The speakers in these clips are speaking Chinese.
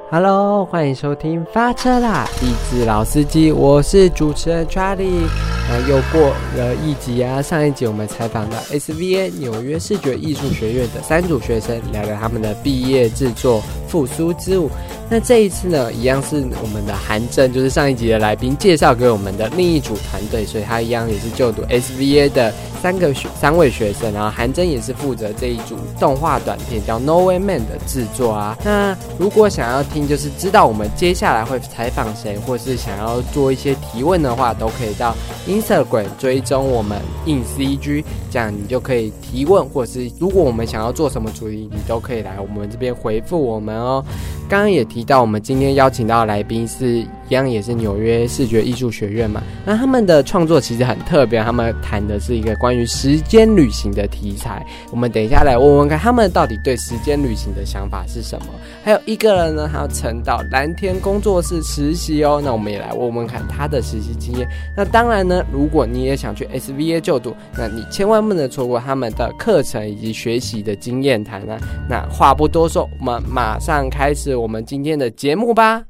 Hello， 欢迎收听发车啦，励志老司机，我是主持人 Charlie。又过了一集啊，上一集我们采访到 SVA 纽约视觉艺术学院的3组学生，聊聊他们的毕业制作复苏之舞。那这一次呢，一样是我们的韩正，就是上一集的来宾介绍给我们的另一组团队，所以他一样也是就读 SVA 的3位学生，然后韩正也是负责这一组动画短片叫 No Way Man 的制作啊。那如果想要听，就是知道我们接下来会采访谁，或是想要做一些提问的话，都可以到 Instagram 追踪我们 InCG， 这样你就可以提问，或是如果我们想要做什么主题，你都可以来我们这边回复我们哦。刚刚也提到，我们今天邀请到的来宾是一样，也是纽约视觉艺术学院嘛。那他们的创作其实很特别，他们谈的是一个关于时间旅行的题材。我们等一下来问问看，他们到底对时间旅行的想法是什么？还有一个人呢，他要曾到蓝天工作室实习哦。那我们也来问问看他的实习经验。那当然呢，如果你也想去 SVA 就读，那你千万不能错过他们的课程以及学习的经验谈啊。那话不多说，我们马上开始我们今天的节目吧。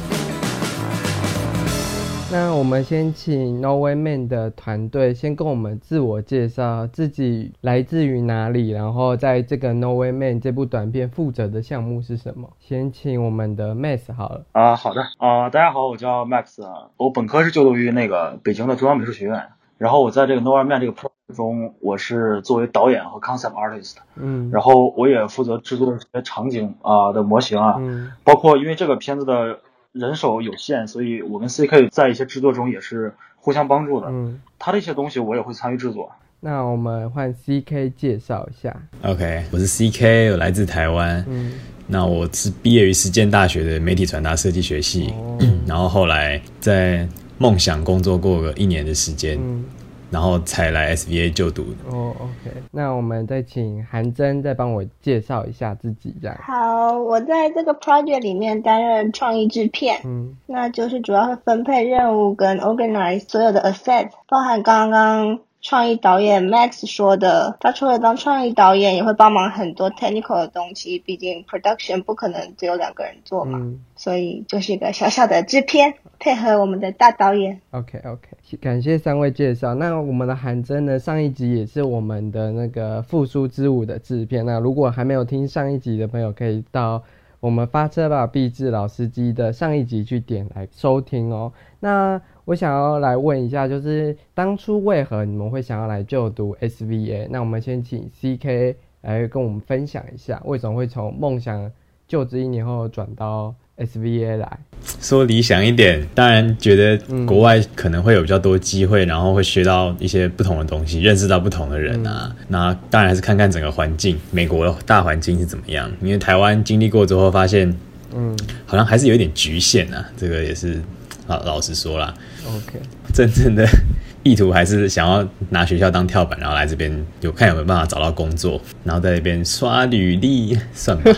那我们先请 No Way Man 的团队先跟我们自我介绍，自己来自于哪里，然后在这个 No Way Man 这部短片负责的项目是什么。先请我们的 Max 好了。 好的。大家好，我叫 Max， 我本科是就读于那个北京的中央美术学院，然后我在这个 No Way Man 这个 project 中，我是作为导演和 concept artist， 然后我也负责制作一些场景的模型啊，包括因为这个片子的人手有限，所以我跟 CK 在一些制作中也是互相帮助的，他的一些东西我也会参与制作。 那我们换 CK 介绍一下。 OK， 我是 CK， 我来自台湾，那我是毕业于实践大学的媒体传达设计学系，然后后来在梦想工作过个1年的时间，然后才来 SVA 就读。 OK， 那我们再请韩真再帮我介绍一下自己这样。 好，我在这个 project 里面担任创意制片，那就是主要是分配任务跟 organize 所有的 asset， 包含刚刚创意导演 Max 说的，他除了当创意导演也会帮忙很多 technical 的东西，毕竟 production 不可能只有2个人做嘛，所以就是一个小小的制片，配合我们的大导演。 OK， 感谢3位介绍。那我们的韩真呢，上一集也是我们的那个复苏之舞的制片，那如果还没有听上一集的朋友，可以到我们发车吧毕志老司机的上一集去点来收听哦。那我想要来问一下，就是当初为何你们会想要来就读 SVA？ 那我们先请 CK 来跟我们分享一下，为什么会从梦想就职1年后转到 SVA 来。 说理想一点，当然觉得国外可能会有比较多机会，然后会学到一些不同的东西，认识到不同的人啊。那当然还是看看整个环境，美国的大环境是怎么样。因为台湾经历过之后发现，好像还是有一点局限啊。这个也是老实说啦。 OK， 真正的意图还是想要拿学校当跳板，然后来这边看有没有办法找到工作，然后在这边刷履历，算吧。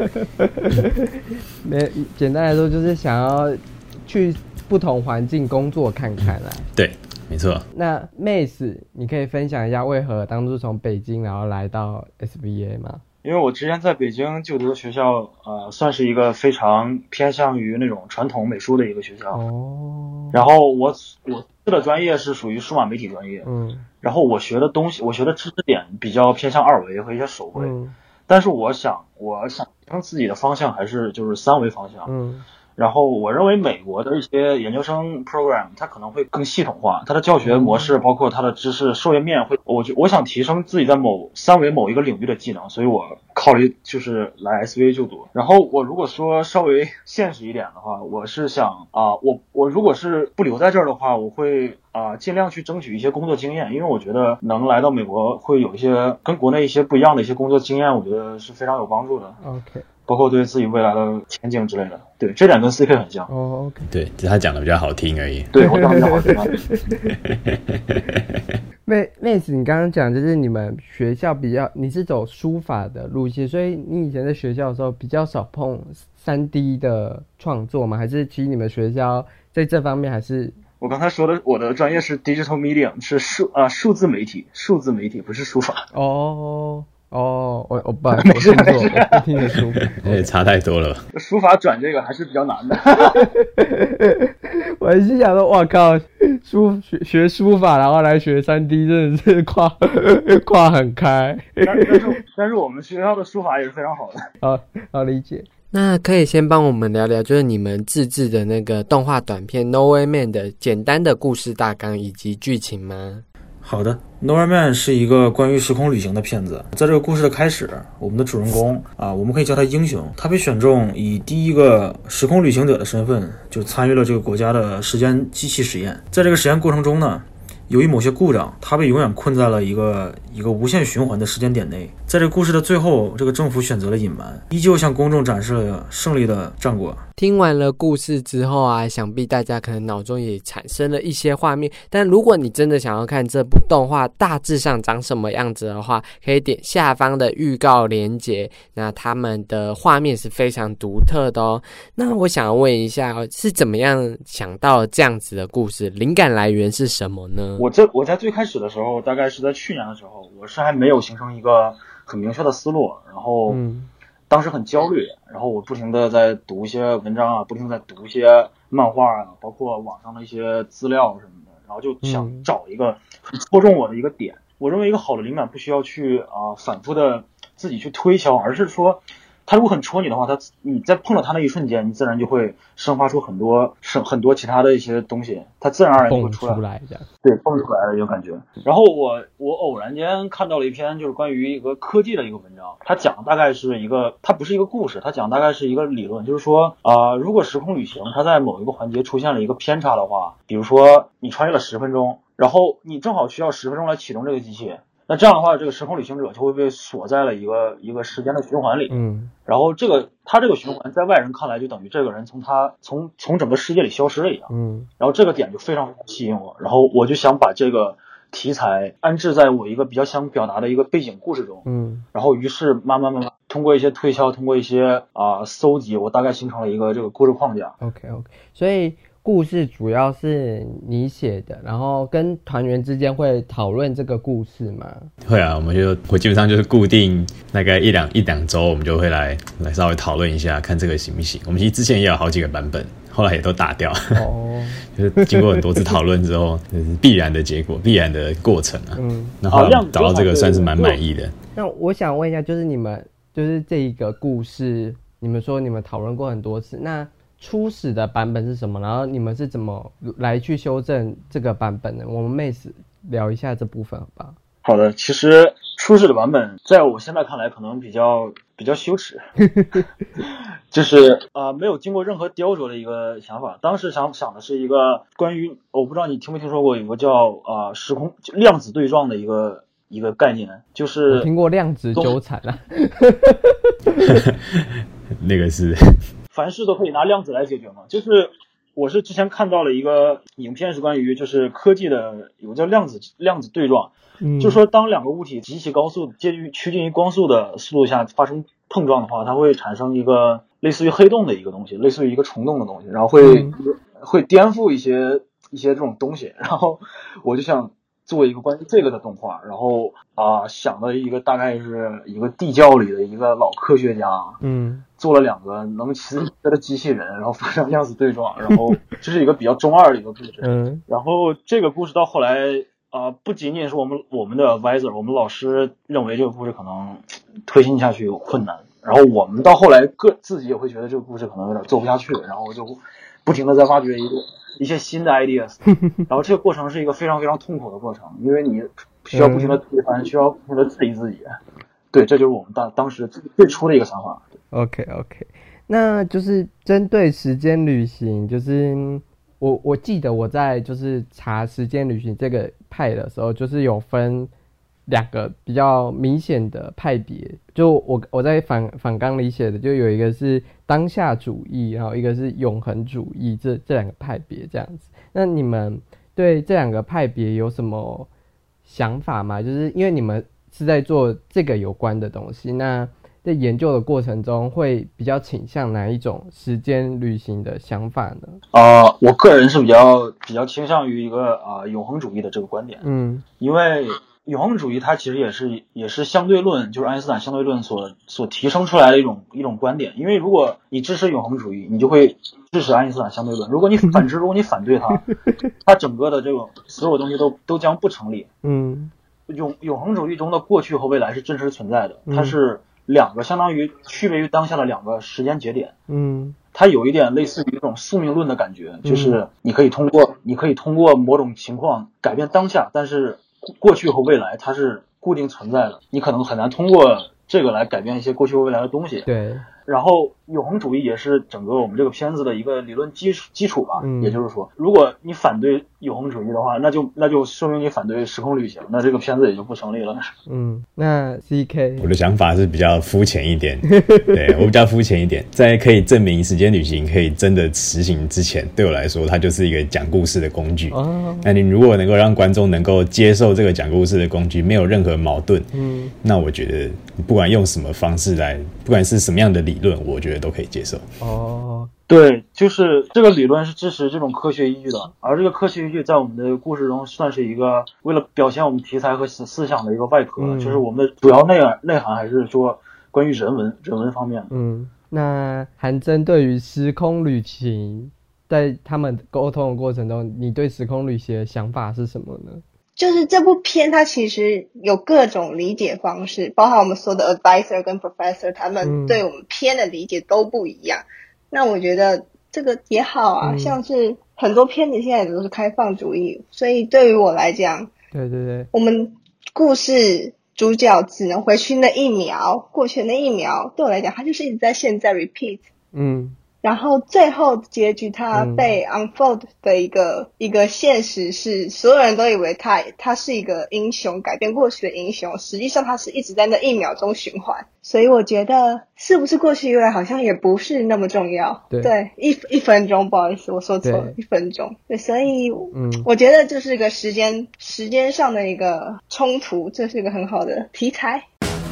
简单来说就是想要去不同环境工作看看啦。 对，没错。 那 Mace， 你可以分享一下为何当初从北京然后来到 SVA 吗？ 因为我之前在北京就读的学校，算是一个非常偏向于那种传统美术的一个学校。然后我的专业是属于数码媒体专业。然后我学的知识点比较偏向2维和一些手绘。但是我想自己的方向还是就是3维方向。然后我认为美国的一些研究生 program 它可能会更系统化，它的教学模式包括它的知识授业面我想提升自己在3维某一个领域的技能，所以我考虑就是来 SVA 就读。然后我如果说稍微现实一点的话，我是想我如果是不留在这儿的话，我会尽量去争取一些工作经验，因为我觉得能来到美国会有一些跟国内一些不一样的一些工作经验，我觉得是非常有帮助的。 OK， 包括对自己未来的前景之类的。对，这点跟 CK 很像。 OK， 对，只是他讲的比较好听而已。 对，我讲的比较好听。 妹子，你刚刚讲就是你们学校你是走书法的路线，所以你以前在学校的时候比较少碰 3D 的创作吗？还是其实你们学校在这方面还是？ 我刚才说的，我的专业是 digital medium， 是数字媒体不是书法。 哦，我不听的书法， 差太多了。 书法转这个还是比较难的。 我是想说，哇靠，学书法然后来学 3D， 真的是跨很开。 但是我们学校的书法也是非常好的。好理解。那可以先帮我们聊聊，就是你们自制的那个动画短片《No Way Man》的简单的故事大纲以及剧情吗？ 好的， No Way Man 是一个关于时空旅行的片子。在这个故事的开始，我们的主人公我们可以叫他英雄，他被选中以第一个时空旅行者的身份，就参与了这个国家的时间机器实验。在这个实验过程中呢，由于某些故障，他被永远困在了一个无限循环的时间点内。在这个故事的最后，这个政府选择了隐瞒，依旧向公众展示了胜利的战果。 听完了故事之后啊，想必大家可能脑中也产生了一些画面，但如果你真的想要看这部动画大致上长什么样子的话，可以点下方的预告连结，那他们的画面是非常独特的哦。那我想要问一下，是怎么样想到这样子的故事，灵感来源是什么呢？ 我在最开始的时候，大概是在去年的时候，我是还没有形成一个很明确的思路，然后当时很焦虑，然后我不停的在读一些文章不停的在读一些漫画包括网上的一些资料什么的，然后就想找一个很戳中我的一个点。我认为一个好的灵感不需要去反复的自己去推敲，而是说它如果很戳你的话，你在碰到它那一瞬间，你自然就会生发出很多其他的一些东西，它自然而然就会出来这样。对，蹦出来的一个感觉。然后我偶然间看到了一篇就是关于一个科技的一个文章，它讲大概是它不是一个故事，它讲大概是一个理论，就是说如果时空旅行它在某一个环节出现了一个偏差的话，比如说你穿越了10分钟，然后你正好需要10分钟来启动这个机器，那这样的话，这个时空旅行者就会被锁在了一个时间的循环里。然后他这个循环在外人看来就等于这个人从整个世界里消失了一样。然后这个点就非常非常吸引我，然后我就想把这个题材安置在我一个比较想表达的一个背景故事中。然后于是慢慢通过一些推敲，通过一些搜集，我大概形成了一个这个故事框架。 OK， 所以故事主要是你写的，然后跟团员之间会讨论这个故事吗？ 会啊，我基本上就是固定大概一两周，我们就会来稍微讨论一下，看这个行不行。我们其实之前也有好几个版本，后来也都打掉。就是经过很多次讨论之后，就是必然的结果，必然的过程啊。然后找到这个算是蛮满意的。 那我想问一下，就是你们就是这一个故事，你们说你们讨论过很多次，那初始的版本是什么？然后你们是怎么来去修正这个版本的？我们妹子聊一下这部分好不好？ 好的，其实初始的版本在我现在看来可能比较羞耻，就是没有经过任何雕琢的一个想法。当时想的是一个关于，我不知道你听没听说过有个叫时空量子对撞的一个概念，就是我听过量子纠缠啊。 那个是凡事都可以拿量子来解决嘛？就是我是之前看到了一个影片，是关于就是科技的，有个叫量子对撞，就是说当两个物体极其高速趋近于光速的速度下发生碰撞的话，它会产生一个类似于黑洞的一个东西，类似于一个虫洞的东西，然后会颠覆一些这种东西。然后我就想做一个关于这个的动画，然后想了一个大概是一个地窖里的一个老科学家，做了2个能骑车的机器人，然后发生量子对撞，然后这是一个比较中二的一个故事。然后这个故事到后来不仅仅是我们的 advisor， 我们老师认为这个故事可能推进下去有困难，然后我们到后来自己也会觉得这个故事可能有点做不下去，然后就不停的在挖掘一些新的 ideas， 然后这个过程是一个非常非常痛苦的过程，因为你需要不停的推翻，需要不停的质疑自己。对，这就是我们当时最初的一个想法。 OK， 那就是针对时间旅行，就是我记得我在就是查时间旅行这个派的时候，就是有分2个比较明显的派别，就我在反纲里写的，就有一个是当下主义，然后一个是永恒主义，这2个派别这样子。那你们对这2个派别有什么想法吗？就是因为你们是在做这个有关的东西，那在研究的过程中会比较倾向哪一种时间旅行的想法呢？ 我个人是比较倾向于一个永恒主义的这个观点。因为永恒主义它其实也是相对论，就是爱因斯坦相对论所提升出来的一种观点。因为如果你支持永恒主义，你就会支持爱因斯坦相对论；如果你反对它，它整个的这个所有东西都将不成立。永恒主义中的过去和未来是真实存在的，它是两个相当于区别于当下的两个时间节点。它有一点类似于一种宿命论的感觉，就是你可以通过某种情况改变当下，但是过去和未来它是固定存在的，你可能很难通过这个来改变一些过去和未来的东西。 对。 然后永恒主义也是整个我们这个片子的一个理论基础吧。也就是说，如果你反对永恒主义的话，那就说明你反对时空旅行，那这个片子也就不成立了。 那 CK 我的想法是比较肤浅一点，对，我比较肤浅一点，在可以证明时间旅行可以真的实行之前，对我来说它就是一个讲故事的工具。那你如果能够让观众能够接受这个讲故事的工具，没有任何矛盾，那我觉得不管用什么方式来，不管是什么样的理论，我觉得都可以接受。 对，就是这个理论是支持这种科学依据的，而这个科学依据在我们的故事中算是一个为了表现我们题材和思想的一个外壳，就是我们的主要内涵还是说关于人文方面。 那韩真对于时空旅行，在他们沟通的过程中，你对时空旅行的想法是什么呢？ 就是这部片它其实有各种理解方式，包含我们说的 advisor 跟 professor 他们对我们片的理解都不一样。那我觉得这个也好啊，像是很多片子现在都是开放主义，所以对于我来讲， 对， 我们故事主角只能回去那一秒，过去的那一秒对我来讲它就是一直在现在 repeat。然后最后结局它被 unfold 的一个现实是，所有人都以为他是一个英雄，改变过去的英雄，实际上他是一直在那一秒钟循环。所以我觉得是不是过去未来好像也不是那么重要。对，一分钟，不好意思我说错了，1分钟。对，所以我觉得这是个时间上的一个冲突，这是一个很好的题材。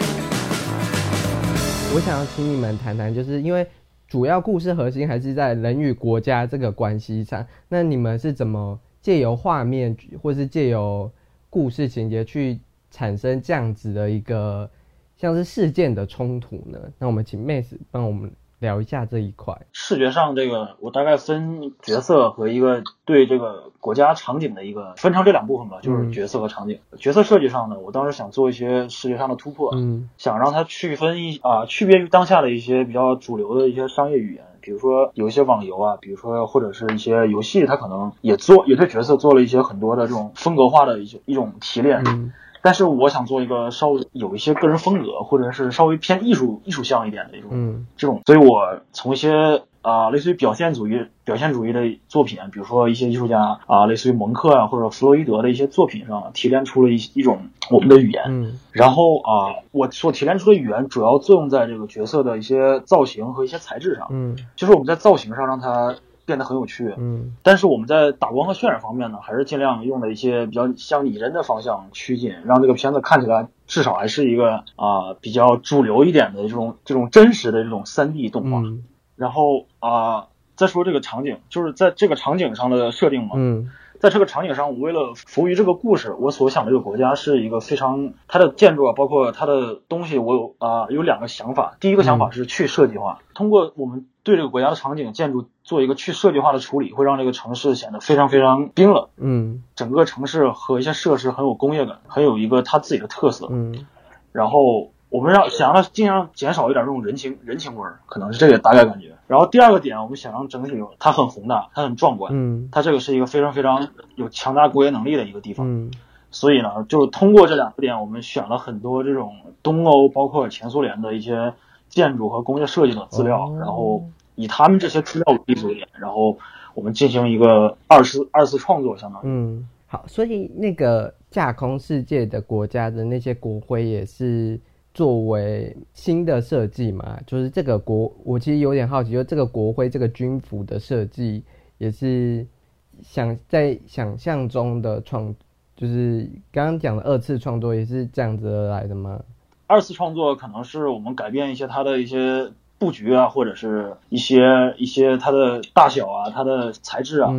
我想要请你们谈谈，就是因为主要故事核心还是在人与国家这个关系上，那你们是怎么借由画面或是借由故事情节去产生这样子的一个像是事件的冲突呢？那我们请 Max 帮我们聊一下这一块。 视觉上这个我大概分角色和一个对这个国家场景的一个分成这两部分吧，就是角色和场景。角色设计上呢，我当时想做一些视觉上的突破，想让它区别于当下的一些比较主流的一些商业语言，比如说有一些网游啊，比如说或者是一些游戏，它可能也对角色做了一些很多的这种风格化的一种提炼。但是我想做一个稍微有一些个人风格，或者是稍微偏艺术向一点的这种，所以我从一些类似于表现主义的作品，比如说一些艺术家类似于蒙克啊或者弗洛伊德的一些作品上提炼出了一种我们的语言。然后我所提炼出的语言主要作用在这个角色的一些造型和一些材质上。就是我们在造型上让它变得很有趣。但是我们在打光和渲染方面呢，还是尽量用的一些比较向拟人的方向趋近，让这个片子看起来至少还是一个比较主流一点的这种真实的这种 3D 动画。然后再说这个场景，就是在这个场景上的设定嘛。在这个场景上，我为了服务于这个故事，我所想的这个国家是一个非常，它的建筑包括它的东西，我有2个想法。第一个想法是去设计化，通过我们对这个国家的场景建筑做一个去设计化的处理，会让这个城市显得非常非常冰冷。整个城市和一些设施很有工业感，很有一个它自己的特色。然后我们想让它尽量减少一点这种人情味儿，可能是这个大概感觉。然后第2个点，我们想让整体它很宏大，它很壮观。它这个是一个非常非常有强大工业能力的一个地方。所以呢，就通过这2个点，我们选了很多这种东欧包括前苏联的一些建筑和工业设计的资料，然后以他们这些资料为立足点，然后我们进行一个二次创作，相当于。 好，所以那个架空世界的国家的那些国徽也是作为新的设计嘛？就是这个我其实有点好奇，就这个国徽这个军服的设计也是在想象中的就是刚刚讲的2次创作也是这样子而来的吗 ？2次创作可能是我们改变一些它的一些布局啊，或者是一些它的大小啊，它的材质啊。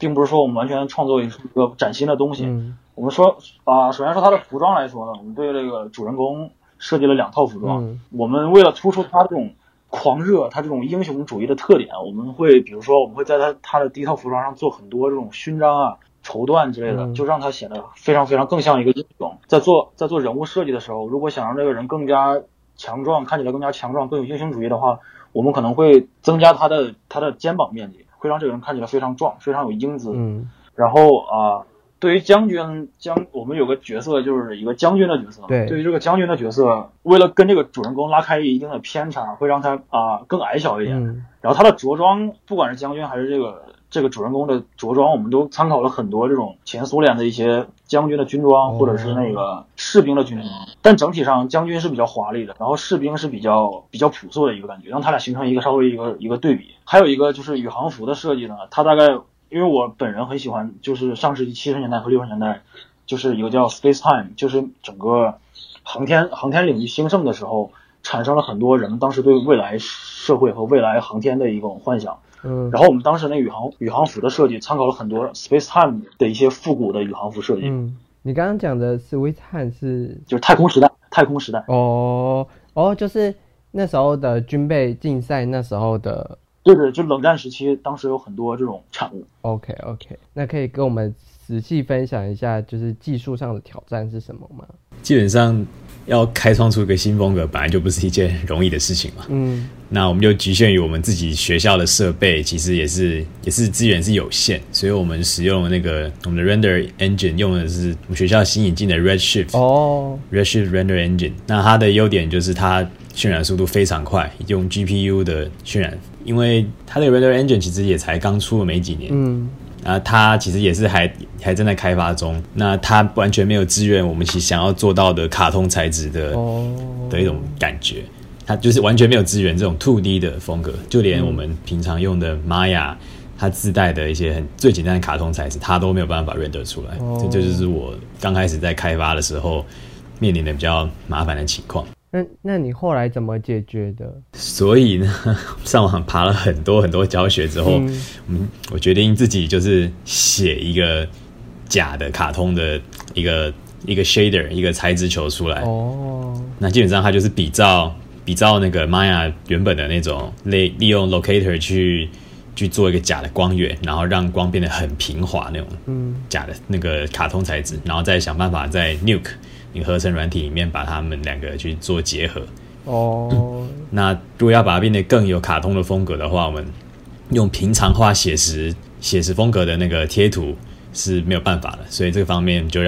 并不是说我们完全创作一个崭新的东西。我们说首先说他的服装来说呢，我们对这个主人公设计了2套服装。我们为了突出他这种狂热，他这种英雄主义的特点，我们会比如说我们会在他的第一套服装上做很多这种勋章啊、绸缎之类的，就让他显得非常非常更像一个英雄。在做人物设计的时候，如果想让这个人更加强壮，看起来更加强壮，更有英雄主义的话，我们可能会增加他的肩膀面积，会让这个人看起来非常壮，非常有英姿。然后对于将军，我们有个角色就是一个将军的角色。对于这个将军的角色，为了跟这个主人公拉开一定的偏差，会让他更矮小一点。然后他的着装，不管是将军还是这个主人公的着装，我们都参考了很多这种前苏联的一些将军的军装，或者是那个士兵的军装。但整体上将军是比较华丽的，然后士兵是比较朴素的一个感觉，让他俩形成一个稍微一个对比。还有一个就是宇航服的设计呢，它大概因为我本人很喜欢，就是上世纪70年代和60年代，就是一个叫 Space Time， 就是整个航天领域兴盛的时候，产生了很多人们当时对未来社会和未来航天的一种幻想。然后我们当时那宇航服的设计参考了很多 Space Time 的一些复古的宇航服设计。 你刚刚讲的 Space Time 就是太空时代。 就是那时候的军备竞赛，那时候的。 对，就冷战时期，当时有很多这种产物。 OK， 那可以跟我们仔细分享一下，就是技术上的挑战是什么吗？ 基本上要开创出一个新风格，本来就不是一件容易的事情嘛。那我们就局限于我们自己学校的设备，其实也是资源是有限，所以我们使用我们的 Render Engine 用的是我们学校新引进的 Redshift Render Engine。那它的优点就是它渲染速度非常快，用 GPU 的渲染，因为它的 Render Engine 其实也才刚出了没几年。它其实也是还正在开发中，那它完全没有支援我们其实想要做到的卡通材质的一种感觉，它就是完全没有支援这种 2D 的风格，就连我们平常用的 Maya 它自带的一些最简单的卡通材质，它都没有办法 render 出来。这就是我刚开始在开发的时候面临的比较麻烦的情况。 那你后来怎么解决的？ 所以呢，上网爬了很多很多教学之后，我决定自己就是写一个假的卡通的一个 shader 一个材质球出来。那基本上它就是比照那个 Maya 原本的那种利用 locator 去做一个假的光源，然后让光变得很平滑那种假的那个卡通材质，然后再想办法在 Nuke你合成软体里面把它们2个去做结合。那如果要把它变得更有卡通的风格的话，我们用平常化写实风格的那个贴图是没有办法的，所以这个方面就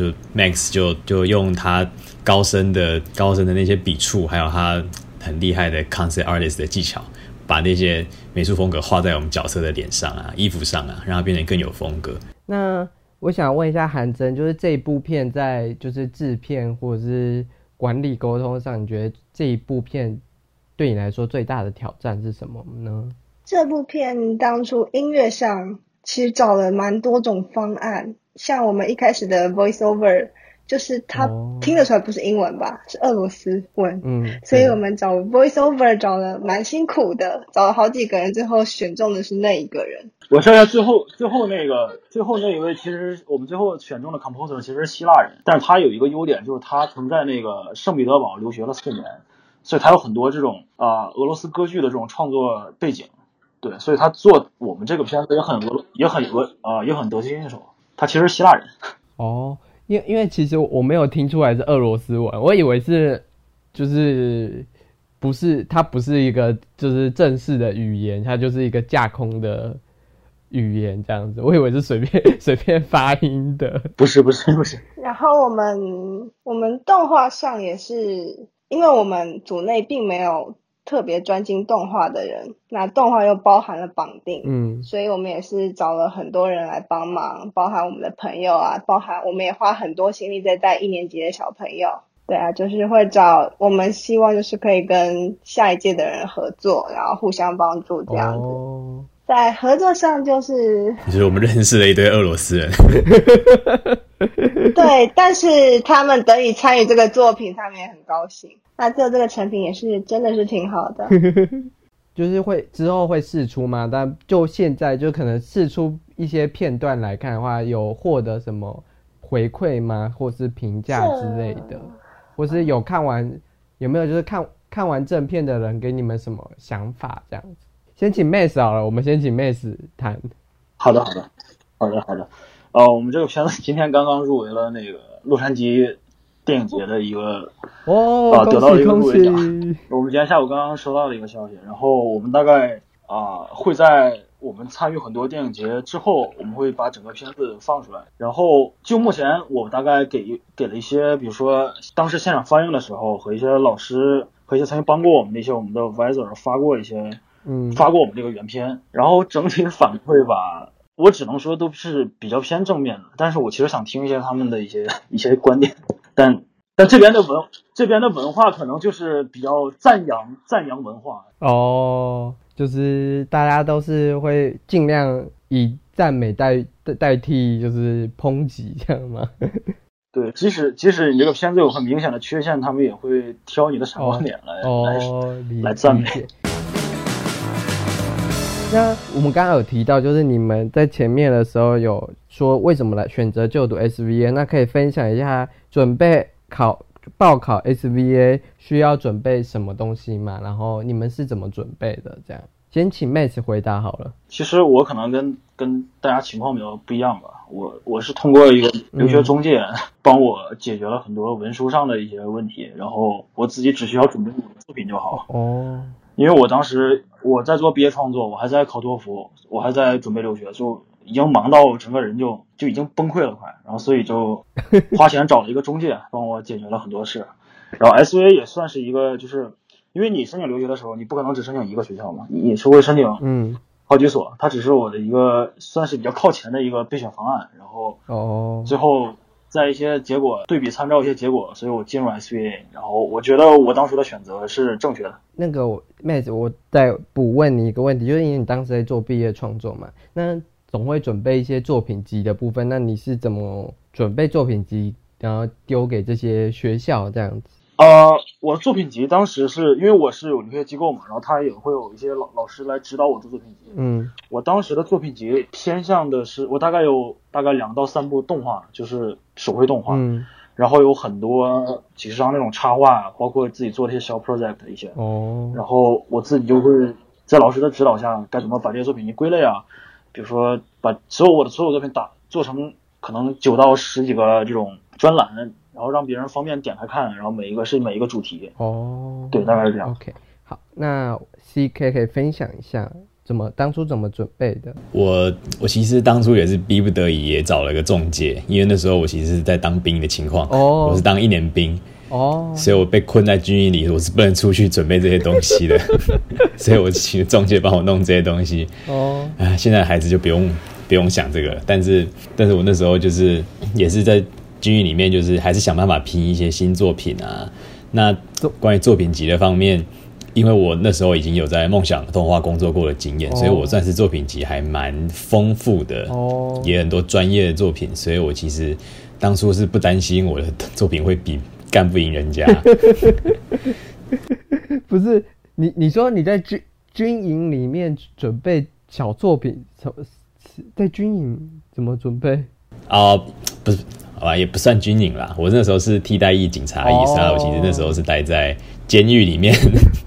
Max 就用他高深的那些笔触，还有他很厉害的 concept artist 的技巧，把那些美术风格画在我们角色的脸上啊、衣服上啊，让它变得更有风格。 那我想问一下韩真，就是这一部片在就是制片或者是管理沟通上，你觉得这一部片对你来说最大的挑战是什么呢？ 这部片当初音乐上其实找了蛮多种方案，像我们一开始的 voiceover， 就是他听得出来不是英文吧，是俄罗斯文，所以我们找 voiceover 找了蛮辛苦的，找了好几个人，最后选中的是那一个人。 我说一下最后那一位，其实我们最后选中的 composer 其实是希腊人，但是他有一个优点，就是他曾在那个圣彼得堡留学了4年，所以他有很多这种俄罗斯歌剧的这种创作背景。对，所以他做我们这个片子也很得心应手。他其实是希腊人。 因为其实我没有听出来是俄罗斯文，我以为是就是它不是一个就是正式的语言，它就是一个架空的语言这样子，我以为是随便发音的。 不是。 然后我们动画上也是，因为我们组内并没有特别专精动画的人，那动画又包含了绑定，所以我们也是找了很多人来帮忙，包含我们的朋友啊，包含我们也花很多心力在带1年级的小朋友。对啊，就是会找我们希望就是可以跟下一届的人合作，然后互相帮助这样子。在合作上就是我们认识了一堆俄罗斯人。 对，但是他们得以参与这个作品，他们也很高兴。那这个成品也是真的是挺好的。 就是会之后会释出吗？但就现在就可能释出一些片段来看的话，有获得什么回馈吗？或是评价之类的，或是有看完有没有就是看完正片的人给你们什么想法这样子？先请 Max 好了，我们先请 Max 谈。 好的。我们这个片子今天刚刚入围了那个洛杉矶电影节的一个得到了一个入围奖。我们今天下午刚刚收到了一个消息，然后我们大概会在我们参与很多电影节之后，我们会把整个片子放出来。然后就目前我大概给了一些，比如说当时现场放映的时候和一些老师和一些曾经帮过我们的一些我们的 advisor 发过我们这个原片，然后整体反馈吧，我只能说都是比较偏正面的，但是我其实想听一些他们的一些观点，但这边的文化可能就是比较赞扬文化就是大家都是会尽量以赞美代替就是抨击这样吗？ 对，即使你这个片子有很明显的缺陷，他们也会挑你的闪光点来赞美。 那我们刚刚有提到，就是你们在前面的时候有说为什么来选择就读 SVA， 那可以分享一下准备报考 SVA 需要准备什么东西吗？然后你们是怎么准备的？这样，先请 Max 回答好了。 其实我可能跟大家情况比较不一样吧，我是通过一个留学中介帮我解决了很多文书上的一些问题，然后我自己只需要准备我的作品就好。因为我当时我在做毕业创作，我还在考托福，我还在准备留学，就已经忙到整个人就已经崩溃了快，然后所以就花钱找了一个中介帮我解决了很多事。然后 SVA 也算是一个，就是因为你申请留学的时候，你不可能只申请一个学校嘛，你是会申请好几所，它只是我的一个算是比较靠前的一个备选方案，然后最后在一些结果对比参照一些结果，所以我进入 SVA， 然后我觉得我当初的选择是正确的。 那个Max， 我再补问你一个问题，就是因为你当时在做毕业创作嘛，那总会准备一些作品集的部分，那你是怎么准备作品集，然后丢给这些学校这样子？ 我作品集当时是因为我是有留学机构嘛，然后他也会有一些老师来指导我做作品集。我当时的作品集偏向的是，我大概2到3部动画，就是手绘动画，然后有很多几十张那种插画，包括自己做的一些小 project 的一些。然后我自己就会在老师的指导下，该怎么把这些作品集归类啊，比如说把我的所有作品做成可能9到10几个这种专栏。然后让别人方便点开看，然后每一个主题。对，大概是这样。 OK， 好，那 CK 可以分享一下当初怎么准备的？ 我其实当初也是逼不得已也找了个中介，因为那时候我其实是在当兵的情况，我是当1年兵，所以我被困在军营里，我是不能出去准备这些东西的，所以我请中介帮我弄这些东西。现在孩子就不用想这个了，但是我那时候就是也是在军营里面，就是还是想办法拼一些新作品啊。那关于作品集的方面，因为我那时候已经有在梦想动画工作过的经验，所以我算是作品集还蛮丰富的，也很多专业的作品，所以我其实当初是不担心我的作品会干不赢人家。 不是你说你在军营里面准备小作品，在军营怎么准备？ 不是。也不算军营啦，我那时候是替代役警察役，所以我其实那时候是待在监狱里面，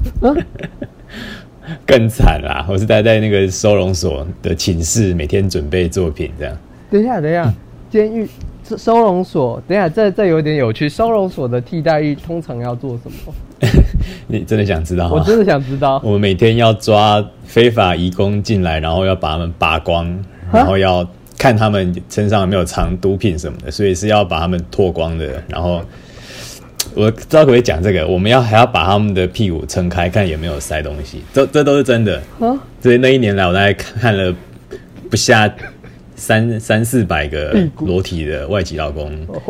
更惨啦，我是待在那个收容所的寝室，每天准备作品这样。 等一下，监狱收容所，等一下这有点有趣，收容所的替代役通常要做什么？ 你真的想知道吗？ 我真的想知道。 我们每天要抓非法移工进来，然后要把他们扒光，然后要看他们身上有没有藏毒品什么的，所以是要把他们脱光的。然后我知道可不可以讲这个，我们还要把他们的屁股撑开，看有没有塞东西。这都是真的。所以那1年来，我大概看了不下300-400个裸体的外籍劳工。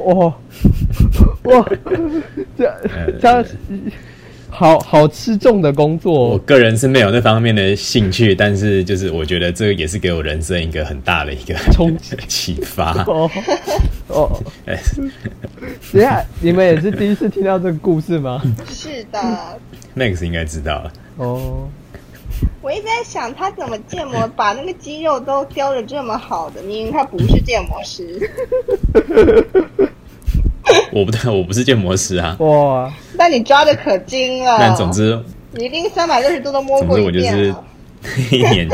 哇，这好吃重的工作。我个人是没有那方面的兴趣，但是就是我觉得这个也是给我人生一个很大的一个冲击启发。 等一下，你们也是第一次听到这个故事吗？ 是的 ，Max 应该知道了。 我一直在想他怎么建模，把那个肌肉都雕得这么好的，明明他不是建模师。 我不是建模师啊。 哇！ 但你抓的可精了。 但总之， 你一定360度都摸过一遍了。 总之我就是那一年。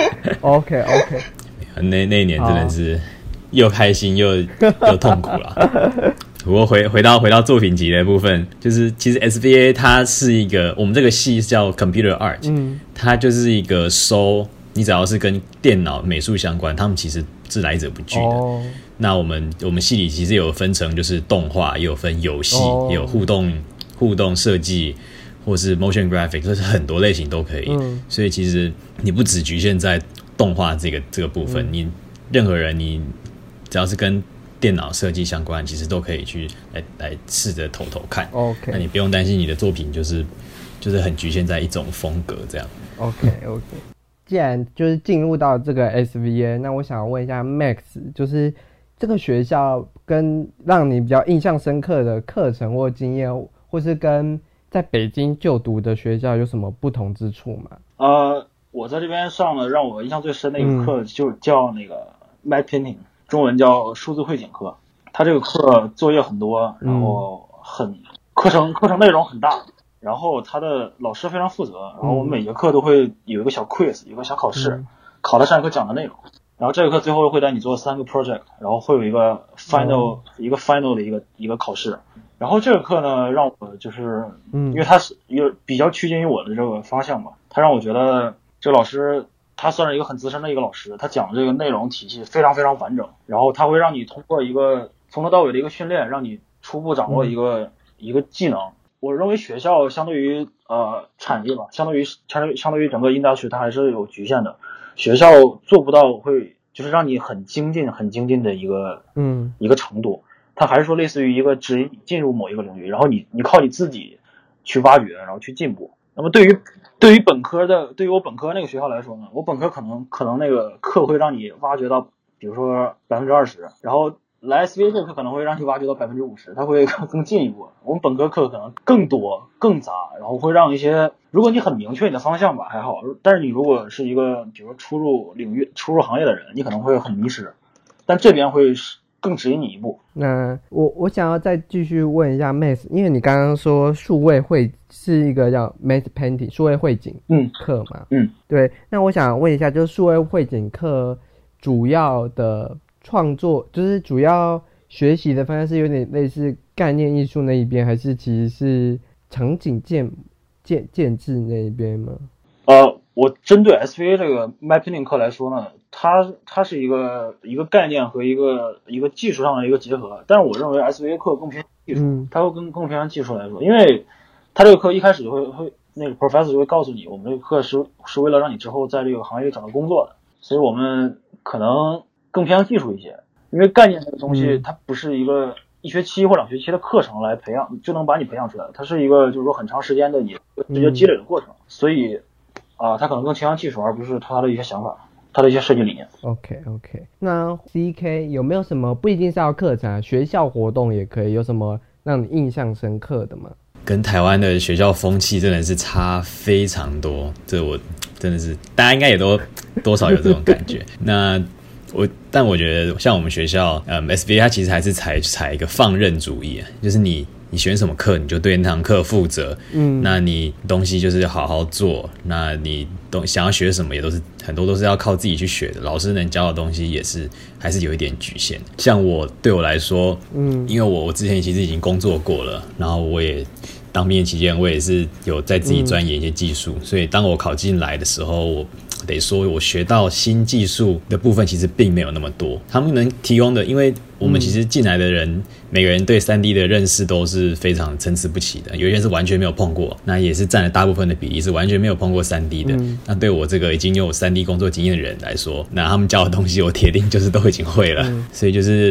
OK。 那一年真的是又开心又痛苦了。不过回到作品集的部分，就是其实 SVA 它是一个，我们这个系叫 Computer Art，它就是一个收你只要是跟电脑美术相关，他们其实是来者不拒的。那我们系里其实有分成，就是动画，也有分游戏，也有互动设计，或是 motion graphic， 就是很多类型都可以。所以其实你不只局限在动画这个部分，你任何人你只要是跟电脑设计相关，其实都可以去来试着偷看。 OK， 那你不用担心你的作品就是很局限在一种风格这样。 OK。既然就是进入到这个 SVA， 那我想问一下 Max， 就是这个学校跟让你比较印象深刻的课程或经验，或是跟在北京就读的学校有什么不同之处吗？ 我在这边上的让我印象最深的一个课就叫那个 Matte Painting， 中文叫数字绘景课。它这个课作业很多，然后课程内容很大，然后他的老师非常负责，然后我们每节课都会有一个小 quiz， 有一个小考试，考的上一课讲的内容。然后这个课最后会带你做3个 project， 然后会有一个 final 的一个考试。然后这个课呢，让我就是因为它是一个比较趋近于我的这个方向吧，他让我觉得这个老师他算是一个很资深的一个老师，他讲的这个内容体系非常非常完整，然后他会让你通过一个从头到尾的一个训练，让你初步掌握一个技能。我认为学校相对于产业吧，相对于整个 industry 它还是有局限的。学校做不到会就是让你很精进的一个程度，它还是说类似于一个指引进入某一个领域，然后你靠你自己去挖掘，然后去进步。那么对于我本科那个学校来说呢，我本科可能那个课会让你挖掘到比如说 20%， 然后来 SVA 这个课可能会让你挖掘到 50%， 它会更进一步。我们本科课可能更多更杂，然后会让一些，如果你很明确你的方向吧还好，但是你如果是一个比如说初入行业的人，你可能会很迷失，但这边会更指引你一步。 那我想要再继续问一下 Max， 因为你刚刚说数位绘是一个叫 Matte Painting 数位绘景课嘛，对，那我想问一下，就是数位绘景课主要的创作，就是主要学习的方向是有点类似概念艺术那一边，还是其实是场景建制那一边吗？ 我针对 SVA 这个 Matte Painting 课来说呢，它是一个概念和一个技术上的一个结合，但是我认为 SVA 课更偏技术，它会更偏向技术来说，因为它这个课一开始就会那个 professor 就会告诉你，我们这个课是为了让你之后在这个行业里找到工作的，所以我们可能更偏向技术一些，因为概念这个东西它不是一个1学期或2学期的课程来培养就能把你培养出来，它是一个就是说很长时间的你直接积累的过程，所以它可能更倾向技术，而不是它的一些想法，它的一些设计理念。 OK， 那 CK 有没有什么不一定是要课程学校活动也可以，有什么让你印象深刻的吗？ 跟台湾的学校风气真的是差非常多，这我真的是大家应该也都多少有这种感觉。但我觉得像我们学校SVA 它其实还是采一个放任主义，就是你选什么课你就对那堂课负责，那你东西就是好好做，那你想要学什么也都是很多都是要靠自己去学的，老师能教的东西还是有一点局限。像对我来说，因为我之前其实已经工作过了，然后我也当毕业期间我也是有在自己钻研一些技术，所以当我考进来的时候，我得说我学到新技术的部分其实并没有那么多，他们能提供的，因为我们其实进来的人每个人对 3D 的认识都是非常参差不齐的，有些人是完全没有碰过，那也是占了大部分的比例是完全没有碰过 3D 的，那对我这个已经有 3D 工作经验的人来说，那他们教的东西我铁定就是都已经会了，所以就是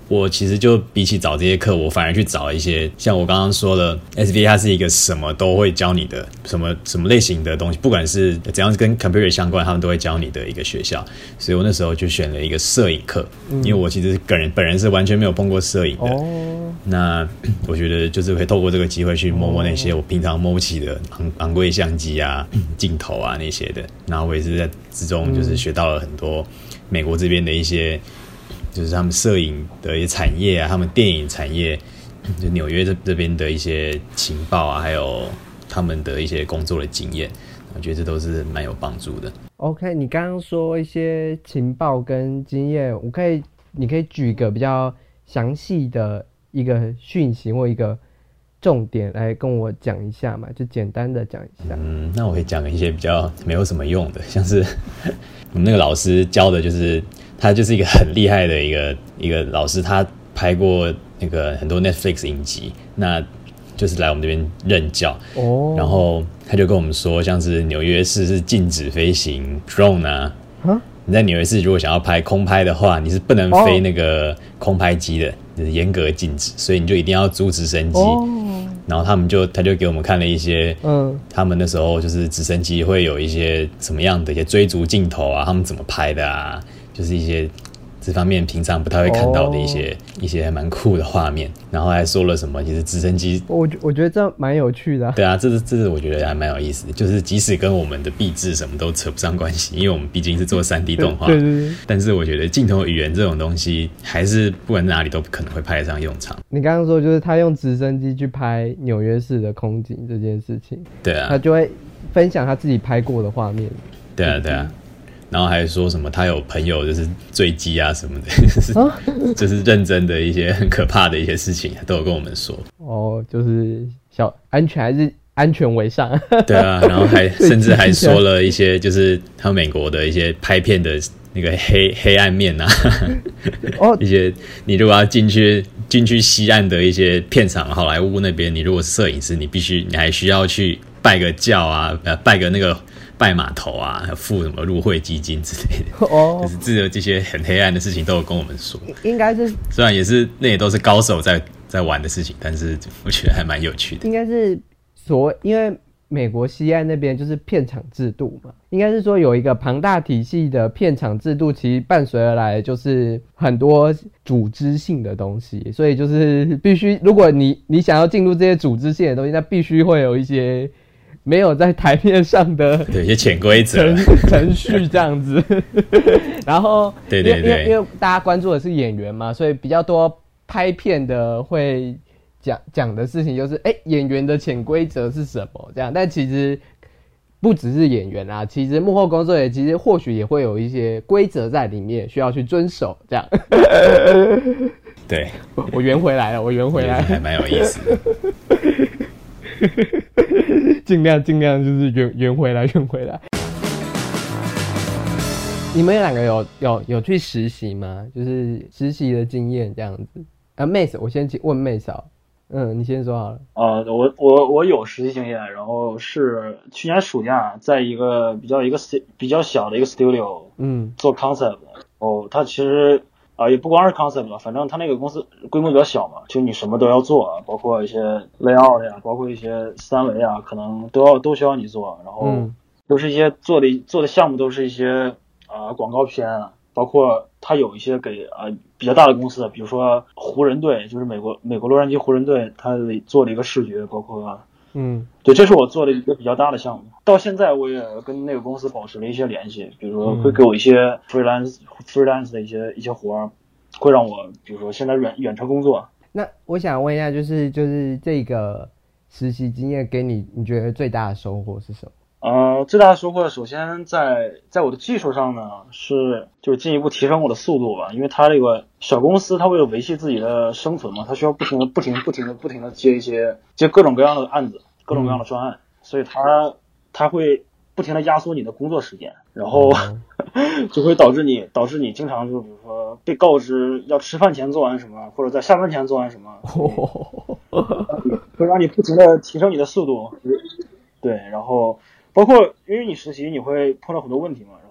我其实就比起找这些课，我反而去找一些像我刚刚说的 SVA， 它是一个什么都会教你的，什么类型的东西，不管是怎样跟 computer 相关，他们都会教你的一个学校。所以我那时候就选了一个摄影课，因为我其实本人是完全没有碰过摄影的。那我觉得就是会透过这个机会去摸那些我平常摸不起的昂贵相机啊、镜头啊那些的。然后我也是在之中就是学到了很多美国这边的一些。就是他们摄影的一些产业啊，他们电影产业，就纽约这边的一些情报啊，还有他们的一些工作的经验，我觉得这都是蛮有帮助的。 OK， 你刚刚说一些情报跟经验，你可以举一个比较详细的一个讯息或一个重点来跟我讲一下嘛，就简单的讲一下。 那我可以讲一些比较没有什么用的，像是我们那个老师教的，就是他就是一个很厉害的一个老师，他拍过那个很多 Netflix 影集，那就是来我们这边任教。然后他就跟我们说，像是纽约市是禁止飞行 drone 啊。你在纽约市如果想要拍空拍的话，你是不能飞那个空拍机的，就是严格禁止，所以你就一定要租直升机。然后他就给我们看了一些，他们那时候就是直升机会有一些什么样的一些追逐镜头啊，他们怎么拍的啊，就是一些这方面平常不太会看到的一些还蛮酷的画面。然后还说了什么，其实直升机， 我觉得这蛮有趣的啊。 对啊，这是我觉得还蛮有意思的，就是即使跟我们的壁纸什么都扯不上关系，因为我们毕竟是做 3D 动画。对。但是我觉得镜头语言这种东西，还是不管哪里都可能会派得上用场。 你刚刚说就是他用直升机去拍纽约市的空景这件事情， 对啊， 他就会分享他自己拍过的画面。 对啊。然后还说什么他有朋友就是坠机啊什么的，就是认真的一些很可怕的一些事情都有跟我们说。 就是安全还是安全为上。对啊，然后甚至还说了一些就是他美国的一些拍片的那个黑暗面啊，一些你如果要进去西岸的一些片场，好莱坞那边，你如果是摄影师，你还需要去拜个教啊，拜个那个拜码头啊，付什么入会基金之类的。就是这些很黑暗的事情都有跟我们说。 应该是虽然那也都是高手在玩的事情，但是我觉得还蛮有趣的。 应该是因为美国西岸那边就是片场制度嘛，应该是说有一个庞大体系的片场制度，其实伴随而来就是很多组织性的东西，所以就是必须，如果你想要进入这些组织性的东西，那必须会有一些没有在台面上的对一些潜规则程序这样子。然后对， 因为大家关注的是演员嘛，所以比较多拍片的会讲的事情就是演员的潜规则是什么这样。但其实不只是演员啦，其实幕后工作也其实或许也会有一些规则在里面需要去遵守这样。 对， 我圆回来了， 还蛮有意思的。 尽量就是圆回来。你们两个有去实习吗？就是实习的经验这样子。Mace， 我先问 Mace 啊。你先说好了。 我有实习经验，然后是去年暑假在一个比较小的一个 studio， 做 concept。它其实也不光是 concept 吧，反正它那个公司规模比较小嘛，就你什么都要做，包括一些 layout 呀，包括一些三维啊，可能都需要你做。然后都是一些做的项目都是一些广告片啊，包括它有一些给比较大的公司，比如说湖人队，就是美国洛杉矶湖人队，它做了一个视觉，包括对，这是我做的一个比较大的项目。到现在我也跟那个公司保持了一些联系，比如说会给我一些 freelance 的一些活，会让我比如说现在远程工作。 那我想问一下，就是这个实习经验给你觉得最大的收获是什么？ 最大的收获首先在我的技术上呢，就是进一步提升我的速度吧，因为它这个小公司它为了维系自己的生存嘛，它需要不停的接各种各样的案子，各种各样的专案，所以它会不停的压缩你的工作时间，然后就会导致你经常就比如说被告知要吃饭前做完什么，或者在下班前做完什么，会让你不停的提升你的速度。对，然后包括因为你实习你会碰到很多问题嘛，然后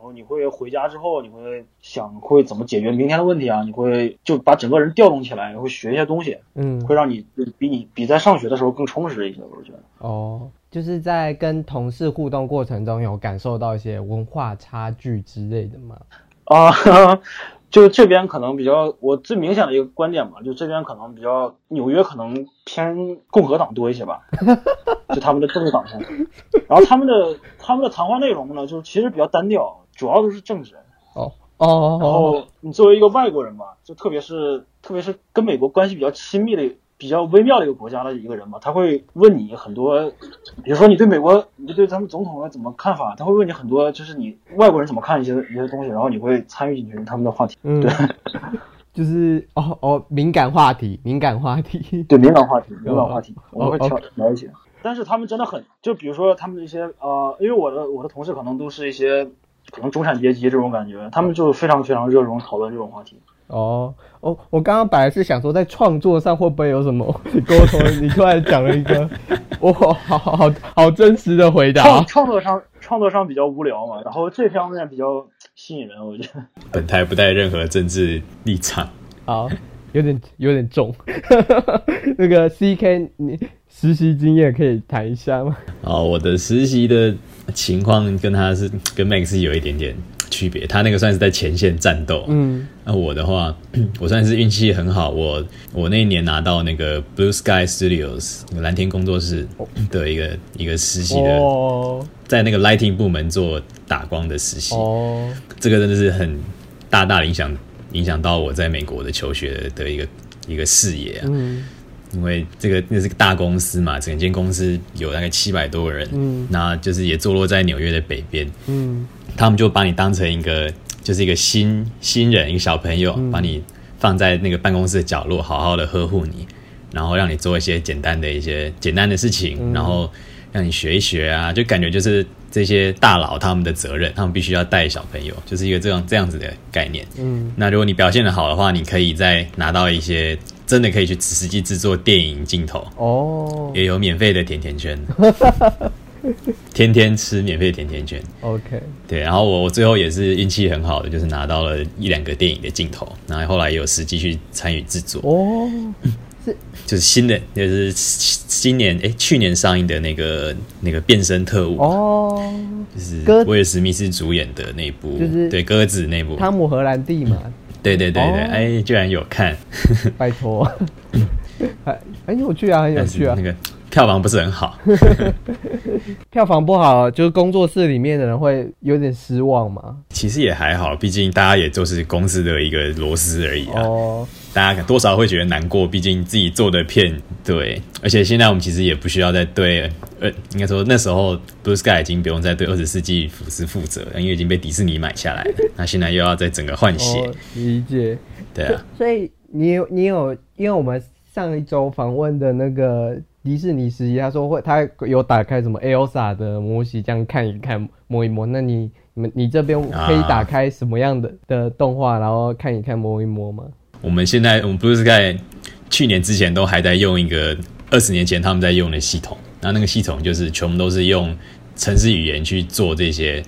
后，你会回家之后，你会想会怎么解决明天的问题啊？你会就把整个人调动起来，会学一些东西，会让你比在上学的时候更充实一些，我觉得。 哦，就是在跟同事互动过程中有感受到一些文化差距之类的吗？ 就这边可能比较，我最明显的一个观点吧，就这边可能比较，纽约可能偏共和党多一些吧，就他们的政治党上，然后他们的谈话内容呢，就是其实比较单调，主要都是政治。然后你作为一个外国人吧，就特别是跟美国关系比较亲密的、比较微妙的一个国家的一个人吧，他会问你很多，比如说你对他们总统怎么看法，他会问你很多，就是你外国人怎么看一些东西，然后你会参与进去他们的话题。对， 就是敏感话题， 对，敏感话题，我会聊一些。但是他们真的很，就比如说他们的一些因为我的同事可能都是一些可能中产阶级这种感觉，他们就非常非常热衷讨论这种话题。 我刚刚本来是想说在创作上会不会有什么沟通，你突然讲了一个，好真实的回答。 创作上比较无聊嘛，然后这方面比较吸引人，我觉得。 本台不带任何政治立场。 好，有点重。那个 CK， 你实习经验可以谈一下吗？ 我的实习的情况跟Max 有一点点区别，他那个算是在前线战斗，那我的话，我算是运气很好，我那一年拿到那个 Blue Sky Studios 那个蓝天工作室的一个实习的，在那个 lighting 部门做打光的实习，这个真的是很大的影响到我在美国的求学的一个视野啊。因为那是个大公司嘛，整间公司有大概700多个人，那就是也坐落在纽约的北边，他们就把你当成一个新人，一个小朋友，把你放在那个办公室的角落，好好的呵护你，然后让你做一些简单的事情，然后让你学一学啊，就感觉就是这些大佬他们的责任，他们必须要带小朋友，就是一个这样子的概念。那如果你表现得好的话，你可以再拿到一些真的可以去实际制作电影镜头，也有免费的甜甜圈，天天吃免费甜甜圈。 OK， 对，然后我最后也是运气很好的，就是拿到了1-2个电影的镜头，然后后来也有实际去参与制作。就是新的，就是去年上映的那个变身特务，就是威尔史密斯主演的那部，就是对鸽子那部， 汤姆荷兰弟嘛。 对，居然有看， 拜托，很有趣啊，很有趣啊。 那个票房不是很好， 票房不好，就是工作室里面的人会有点失望嘛。 其实也还好，毕竟大家也就是公司的一个螺丝而已啊。大家多少会觉得难过，毕竟自己做的片，对，而且现在我们其实也不需要再对，应该说那时候 Blue Sky 已经不用再对20世纪福斯负责了，因为已经被迪士尼买下来了，那现在又要再整个换血。 理解。 对啊。 所以你有，因为我们上一周访问的那个迪士尼实习，他说他有打开什么 Elsa 的模型，这样看一看摸一摸。那你这边可以打开什么样的动画，然后看一看摸一摸吗？ 我们 Blue Sky 去年之前都还在用一个20年前他们在用的系统，那个系统就是全部都是用程式语言去做这些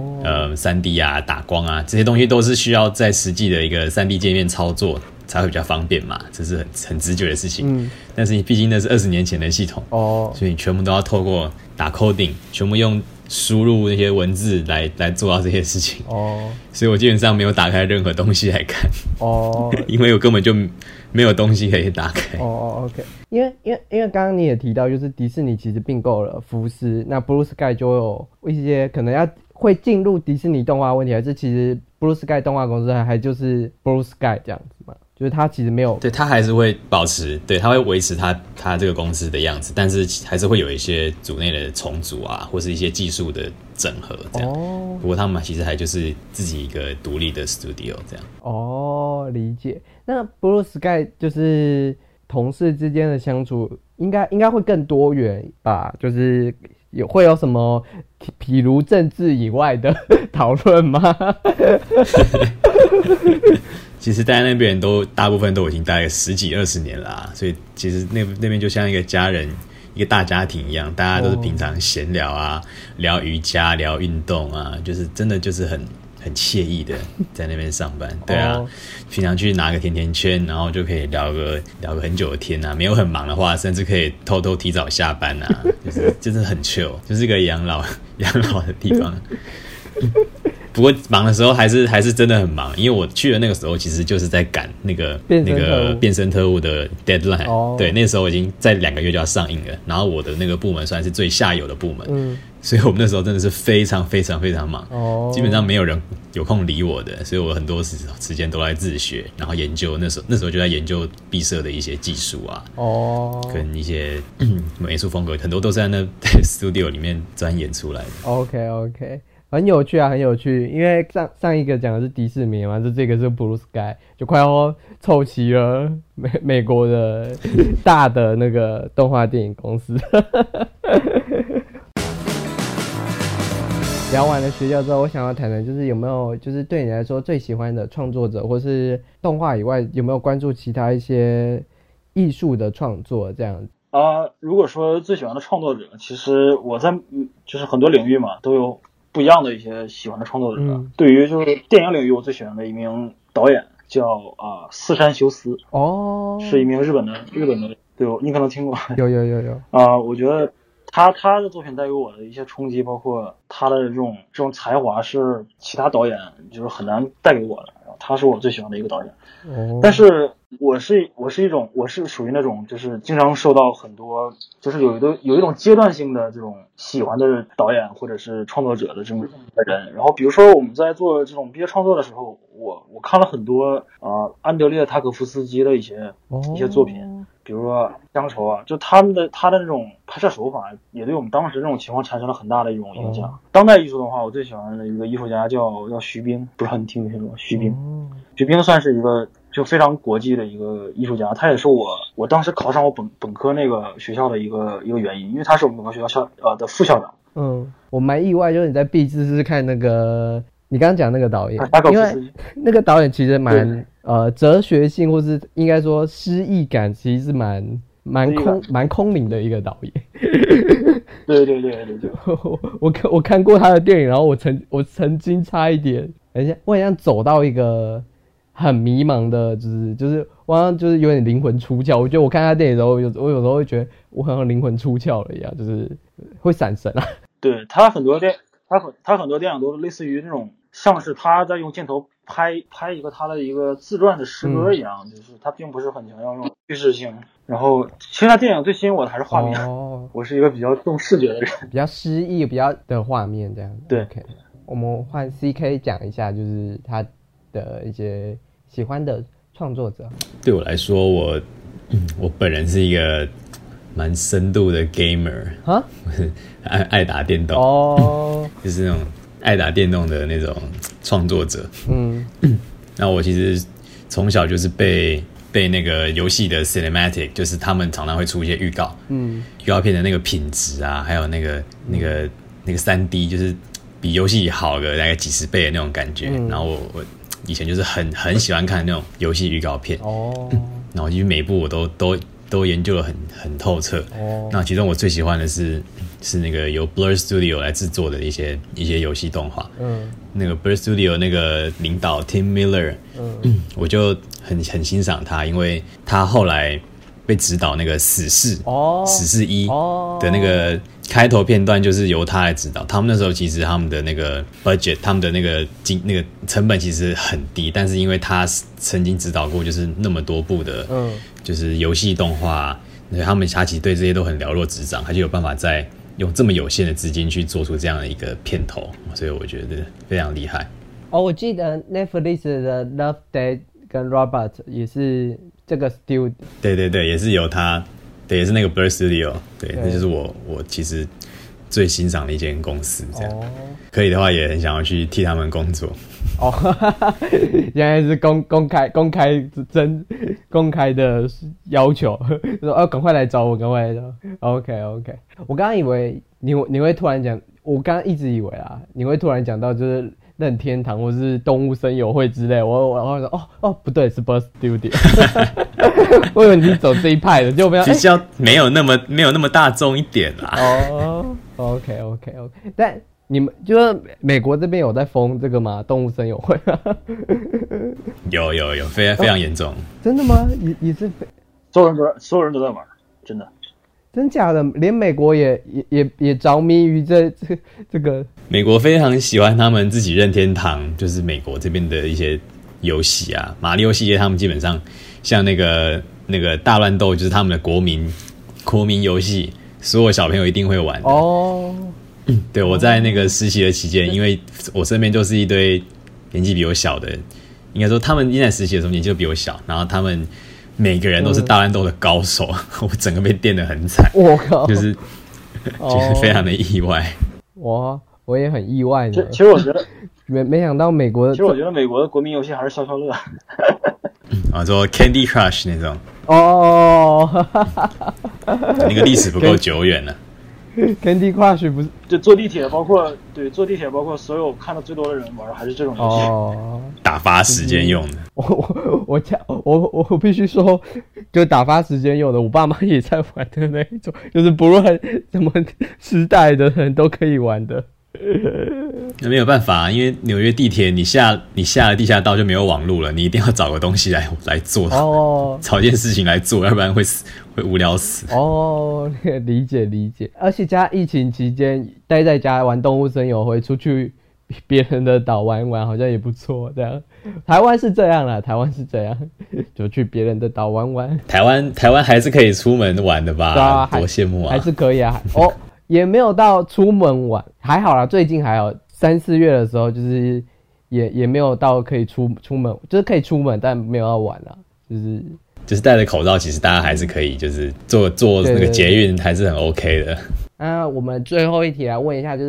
3D 啊、打光啊，这些东西都是需要在实际的一个3D 界面操作才会比较方便嘛，这是很直觉的事情。但是毕竟那是20年前的系统，所以全部都要透过打 coding， 全部用输入那些文字来做到这些事情。所以我基本上没有打开任何东西来看。因为我根本就没有东西可以打开。 OK， 因为刚刚你也提到，就是迪士尼其实并购了福斯，那 Blue Sky 就有一些可能会进入迪士尼动画问题，还是其实 Blue Sky 动画公司还就是 Blue Sky 这样子嘛？就是它其实没有， 对，它还是会保持，对，它会维持它这个公司的样子，但是还是会有一些组内的重组啊，或是一些技术的整合这样。不过他们其实还就是自己一个独立的 studio 这样。 理解。那 Blue Sky 就是同事之间的相处，应该会更多元吧？就是会有什么，譬如政治以外的讨论吗？ 其实待在那边大部分都已经待了10几20年啦，所以其实那边就像一个家人，一个大家庭一样，大家都是平常闲聊啊，聊瑜伽、聊运动啊，就是真的就是很惬意的在那边上班。对啊，平常去拿个甜甜圈，然后就可以聊个很久的天啊。没有很忙的话，甚至可以偷偷提早下班啊，就是很 chill， 就是一个养老的地方。不过忙的时候还是真的很忙，因为我去的那个时候其实就是在赶那个变身特务的 deadline，对，那时候已经在2个月就要上映了，然后我的那个部门算是最下游的部门，所以我们那时候真的是非常非常非常忙，基本上没有人有空理我的，所以我很多时间都在自学，然后研究那时候就在研究毕设的一些技术啊，跟一些美术风格，很多都是在那studio 里面钻研出来的。 OK。很有趣啊，很有趣，因为上一个讲的是迪士尼嘛，这个是 Blue Sky， 就快要凑齐了美国的大的那个动画电影公司。聊完了学校之后，我想要谈谈就是有没有就是对你来说最喜欢的创作者，或是动画以外有没有关注其他一些艺术的创作这样子。 如果说最喜欢的创作者，其实我在就是很多领域嘛都有不一样的一些喜欢的创作者。对于就是电影领域，我最喜欢的一名导演叫四山修斯，是一名日本的，对，你可能听过。有。我觉得他的作品带给我的一些冲击，包括他的这种才华是其他导演就是很难带给我的，他是我最喜欢的一个导演。但是我是属于那种就是经常受到很多就是有一种阶段性的这种喜欢的导演或者是创作者的这种人。然后比如说我们在做这种毕业创作的时候，我看了很多安德烈塔可夫斯基的一些作品，比如说乡愁啊，就他的那种拍摄手法也对我们当时这种情况产生了很大的一种影响。当代艺术的话，我最喜欢的一个艺术家叫徐冰，不知道你听没听过徐冰。徐冰算是一个就非常国际的一个艺术家，他也是我当时考上我本科那个学校的一个原因，因为他是我们本科学校的副校长。 我蛮意外，就是你在毕制是看那个你刚刚讲那个导演，因为那个导演其实蛮哲学性，或是应该说诗意感，其实是蛮空灵的一个导演。 对。 我看过他的电影，然后我曾经差一点，我很像走到一个很迷茫的，就是我好像就是有点灵魂出窍。我觉得我看他电影的时候，我有时候会觉得我好像灵魂出窍了一样，就是会闪神啊。 对，他很多电影都类似于那种像是他在用镜头拍一个他的一个自传的诗歌一样，就是他并不是很强调用叙事性。然后其实他电影最吸引我的还是画面，我是一个比较重视觉的人， 比较诗意，比较的画面这样。 对。 Okay. 我们换 CK 讲一下，就是他的一些喜欢的创作者。 对我来说，我本人是一个蛮深度的 gamer 啊，爱打电动就是那种爱打电动的那种创作者。那我其实从小就是被那个游戏的 cinematic， 就是他们常常会出一些预告片的那个品质啊，还有那个 3D， 就是比游戏好个大概几十倍的那种感觉。然后我以前就是很喜欢看那种游戏预告片然后其实每一部我都研究得很透彻。那其中我最喜欢的是那个由 Blur Studio 来制作的一些游戏动画。那个 Blur Studio 那个领导 Tim Miller，我就很欣赏他，因为他后来被指导那个死侍1的那个开头片段就是由他来指导。他们那时候其实他们的那个 budget， 他们的那个成本其实很低，但是因为他曾经指导过就是那么多部的就是游戏动画，他其实对这些都很了若指掌，他就有办法在用这么有限的资金去做出这样的一个片头，所以我觉得非常厉害。 我记得 Netflix 的 Love, Death 跟 Robot 也是这个 studio。 对，也是由他，对，也是那个 Blur Studio。对，那就是我其实最欣赏的一间公司。这样，可以的话也很想要去替他们工作。 现在是公开的要求，说赶快来找我，赶快来找我。OK， 我刚刚以为你会突然讲，我刚刚一直以为你会突然讲到就是任天堂或是动物森友会之类，我说不对，是 Blur Studio。我以为你是走这一派的，就比较没有那么大众一点啦。 OK， 你们就是美国这边有在封这个吗？动物森友会有，非常严重。 真的吗？也是， 所有人都在玩，真的。 真假的，连美国也着迷于这个。 美国非常喜欢他们自己任天堂，就是美国这边的一些游戏啊，马里奥系列，他们基本上像那个大乱斗，就是他们的国民游戏，所有小朋友一定会玩的。哦，对，我在那个实习的期间，因为我身边就是一堆年纪比我小的，应该说他们在实习的时候年纪就比我小，然后他们每个人都是大乱斗的高手，我整个被电得很惨，我靠，就是非常的意外。 我也很意外的。 其实我觉得没想到美国的， 其实我觉得美国的国民游戏还是消消乐。 说 Candy Crush 那种。那个历史不够久远了。 Candy Crush 不是就坐地铁，包括所有看到最多的人玩的还是这种游戏， 打发时间用的。 我必须说，就打发时间用的，我爸妈也在玩的那一种，就是不论什么时代的人都可以玩的。 那没有办法，因为纽约地铁你下了地下道就没有网路了，你一定要找个东西来做，找件事情来做，要不然会无聊死。 理解。而且加疫情期间待在家玩动物森友会，出去别人的岛玩玩好像也不错。这样，台湾是这样啦，就去别人的岛玩玩。 台湾还是可以出门玩的吧？多羡慕啊！ 还是可以啊。也没有到出门玩，还好啦，最近还好，3、4月的时候就是也没有到可以出门，就是可以出门，但没有要玩啦， 就是戴着口罩，其实大家还是可以，就是坐那个捷运还是很 OK 的。 我们最后一题来问一下，就是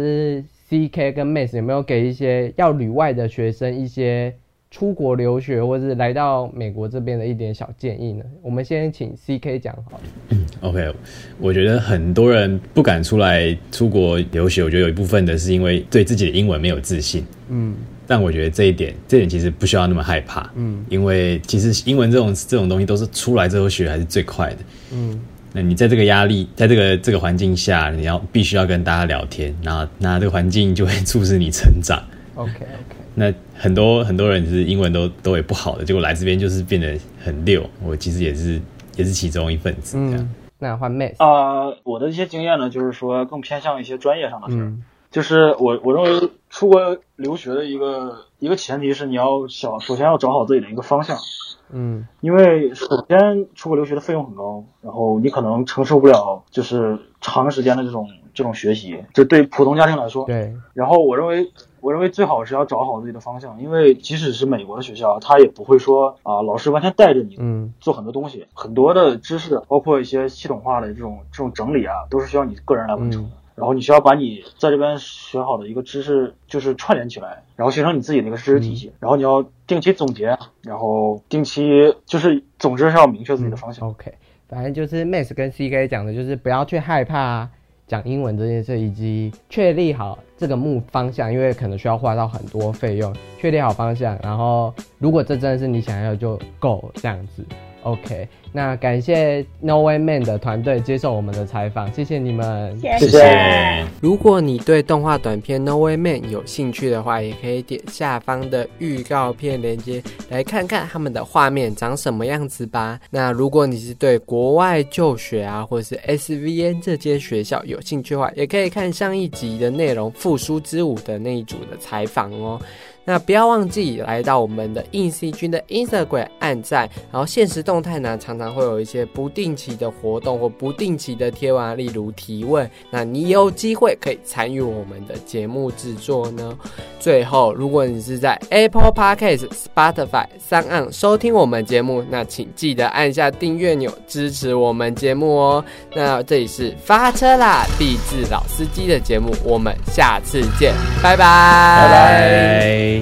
CK 跟 Max 有没有给一些要旅外的学生一些出国留学或是来到美国这边的一点小建议呢？我们先请 CK 讲好了。 OK， 我觉得很多人不敢出国留学，我觉得有一部分的是因为对自己的英文没有自信。但我觉得这一点其实不需要那么害怕。因为其实英文这种东西都是出来之后学还是最快的。那你在这个压力，在这个环境下，你必须要跟大家聊天，然后这个环境就会促使你成长。 OK。 那很多人就是英文都也不好的，结果来这边就是变得很溜。我其实也是其中一份子。 那换 Max。 我的一些经验呢，就是说更偏向一些专业上的事儿。就是我认为出国留学的一个前提是你首先要找好自己的一个方向。因为首先出国留学的费用很高，然后你可能承受不了就是长时间的这种学习，这对普通家庭来说。 对。然后我认为最好是要找好自己的方向，因为即使是美国的学校，他也不会说老师完全带着你做很多东西，很多的知识包括一些系统化的这种整理啊，都是需要你个人来完成的。然后你需要把你在这边学好的一个知识就是串联起来，然后形成你自己的一个知识体系，然后你要定期总结，然后定期就是总之是要明确自己的方向。 OK， 反正就是 Max 跟 CK 讲的就是不要去害怕讲英文这件事，以及确立好这个方向，因为可能需要花到很多费用，确立好方向，然后如果这真的是你想要就够这样子。OK， 那感谢 No Way Man 的团队接受我们的采访，谢谢你们， 谢谢。 如果你对动画短片 No Way Man 有兴趣的话，也可以点下方的预告片连结来看看他们的画面长什么样子吧。那如果你是对国外就学啊，或是 SVN 这间学校有兴趣的话，也可以看上一集的内容复苏之舞的那一组的采访哦。那不要忘记来到我们的硬 C 君的 Instagram 按赞，然后限时动态呢常常会有一些不定期的活动或不定期的贴文，例如提问，那你有机会可以参与我们的节目制作呢。最后，如果你是在 Apple Podcast、Spotify 上岸收听我们节目，那请记得按下订阅钮支持我们节目哦。那这里是发车啦，励志老司机的节目，我们下次见，拜拜。